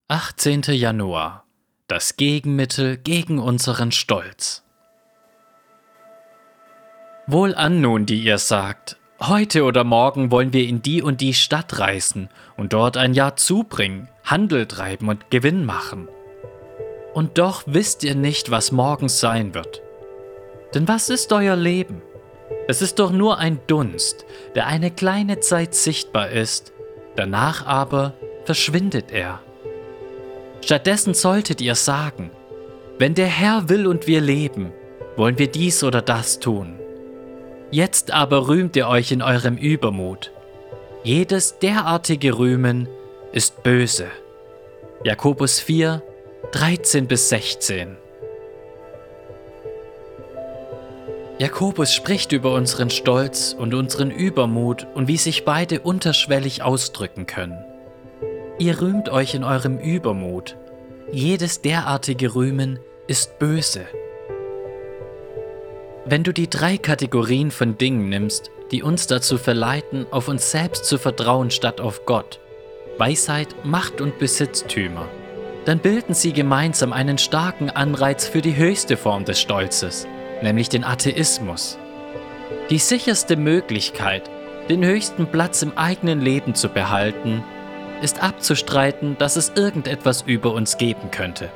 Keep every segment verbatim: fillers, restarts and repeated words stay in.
achtzehnter Januar. Das Gegenmittel gegen unseren Stolz. Wohlan nun, die ihr sagt, heute oder morgen wollen wir in die und die Stadt reisen und dort ein Jahr zubringen, Handel treiben und Gewinn machen. Und doch wisst ihr nicht, was morgen sein wird. Denn was ist euer Leben? Es ist doch nur ein Dunst, der eine kleine Zeit sichtbar ist, danach aber verschwindet er. Stattdessen solltet ihr sagen, wenn der Herr will und wir leben, wollen wir dies oder das tun. Jetzt aber rühmt ihr euch in eurem Übermut. Jedes derartige Rühmen ist böse. Jakobus vier, dreizehn bis sechzehn. Jakobus spricht über unseren Stolz und unseren Übermut und wie sich beide unterschwellig ausdrücken können. Ihr rühmt euch in eurem Übermut. Jedes derartige Rühmen ist böse. Wenn du die drei Kategorien von Dingen nimmst, die uns dazu verleiten, auf uns selbst zu vertrauen statt auf Gott, Weisheit, Macht und Besitztümer, dann bilden sie gemeinsam einen starken Anreiz für die höchste Form des Stolzes, nämlich den Atheismus. Die sicherste Möglichkeit, den höchsten Platz im eigenen Leben zu behalten, ist abzustreiten, dass es irgendetwas über uns geben könnte.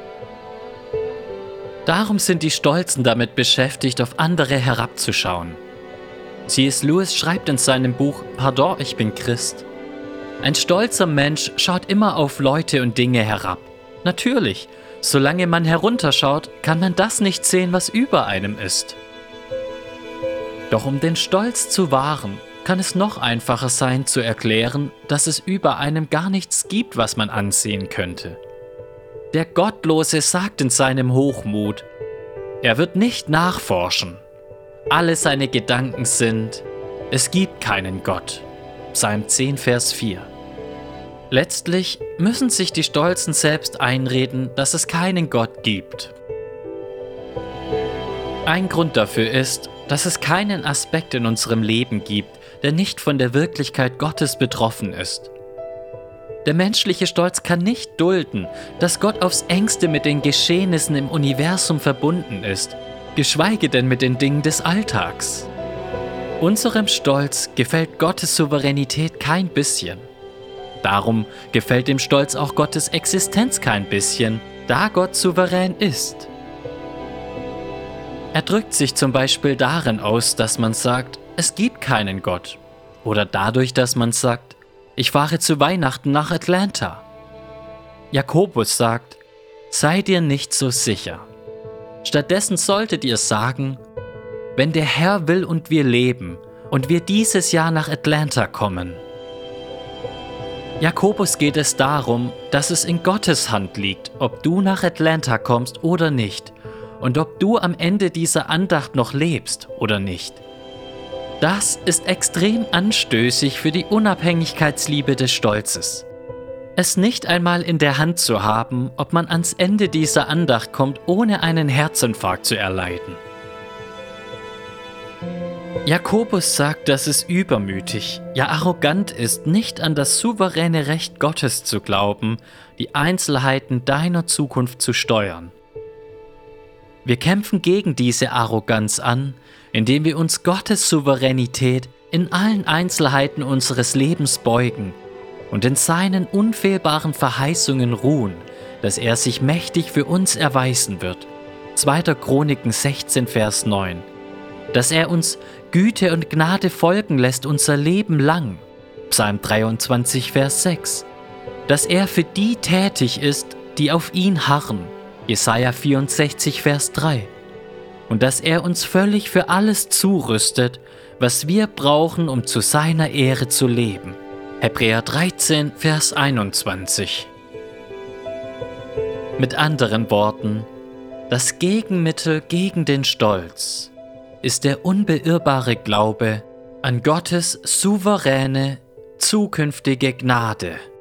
Darum sind die Stolzen damit beschäftigt, auf andere herabzuschauen. C S Lewis schreibt in seinem Buch Pardon, ich bin Christ: Ein stolzer Mensch schaut immer auf Leute und Dinge herab. Natürlich, solange man herunterschaut, kann man das nicht sehen, was über einem ist. Doch um den Stolz zu wahren, kann es noch einfacher sein zu erklären, dass es über einem gar nichts gibt, was man ansehen könnte. Der Gottlose sagt in seinem Hochmut, er wird nicht nachforschen. Alle seine Gedanken sind, es gibt keinen Gott. Psalm zehn, Vers vier. Letztlich müssen sich die Stolzen selbst einreden, dass es keinen Gott gibt. Ein Grund dafür ist, dass es keinen Aspekt in unserem Leben gibt, der nicht von der Wirklichkeit Gottes betroffen ist. Der menschliche Stolz kann nicht dulden, dass Gott aufs engste mit den Geschehnissen im Universum verbunden ist, geschweige denn mit den Dingen des Alltags. Unserem Stolz gefällt Gottes Souveränität kein bisschen. Darum gefällt dem Stolz auch Gottes Existenz kein bisschen, da Gott souverän ist. Er drückt sich zum Beispiel darin aus, dass man sagt, es gibt keinen Gott. Oder dadurch, dass man sagt, ich fahre zu Weihnachten nach Atlanta. Jakobus sagt, sei dir nicht so sicher. Stattdessen solltet ihr sagen, wenn der Herr will und wir leben und wir dieses Jahr nach Atlanta kommen. Jakobus geht es darum, dass es in Gottes Hand liegt, ob du nach Atlanta kommst oder nicht und ob du am Ende dieser Andacht noch lebst oder nicht. Das ist extrem anstößig für die Unabhängigkeitsliebe des Stolzes. Es nicht einmal in der Hand zu haben, ob man ans Ende dieser Andacht kommt, ohne einen Herzinfarkt zu erleiden. Jakobus sagt, dass es übermütig, ja arrogant ist, nicht an das souveräne Recht Gottes zu glauben, die Einzelheiten deiner Zukunft zu steuern. Wir kämpfen gegen diese Arroganz an, indem wir uns Gottes Souveränität in allen Einzelheiten unseres Lebens beugen und in seinen unfehlbaren Verheißungen ruhen, dass er sich mächtig für uns erweisen wird. zweiter Chroniken sechzehn, Vers neun. Dass er uns Güte und Gnade folgen lässt unser Leben lang. Psalm dreiundzwanzig, Vers sechs. Dass er für die tätig ist, die auf ihn harren. Jesaja vierundsechzig, Vers drei. Und dass er uns völlig für alles zurüstet, was wir brauchen, um zu seiner Ehre zu leben. Hebräer dreizehn, Vers einundzwanzig. Mit anderen Worten, das Gegenmittel gegen den Stolz ist der unbeirrbare Glaube an Gottes souveräne, zukünftige Gnade.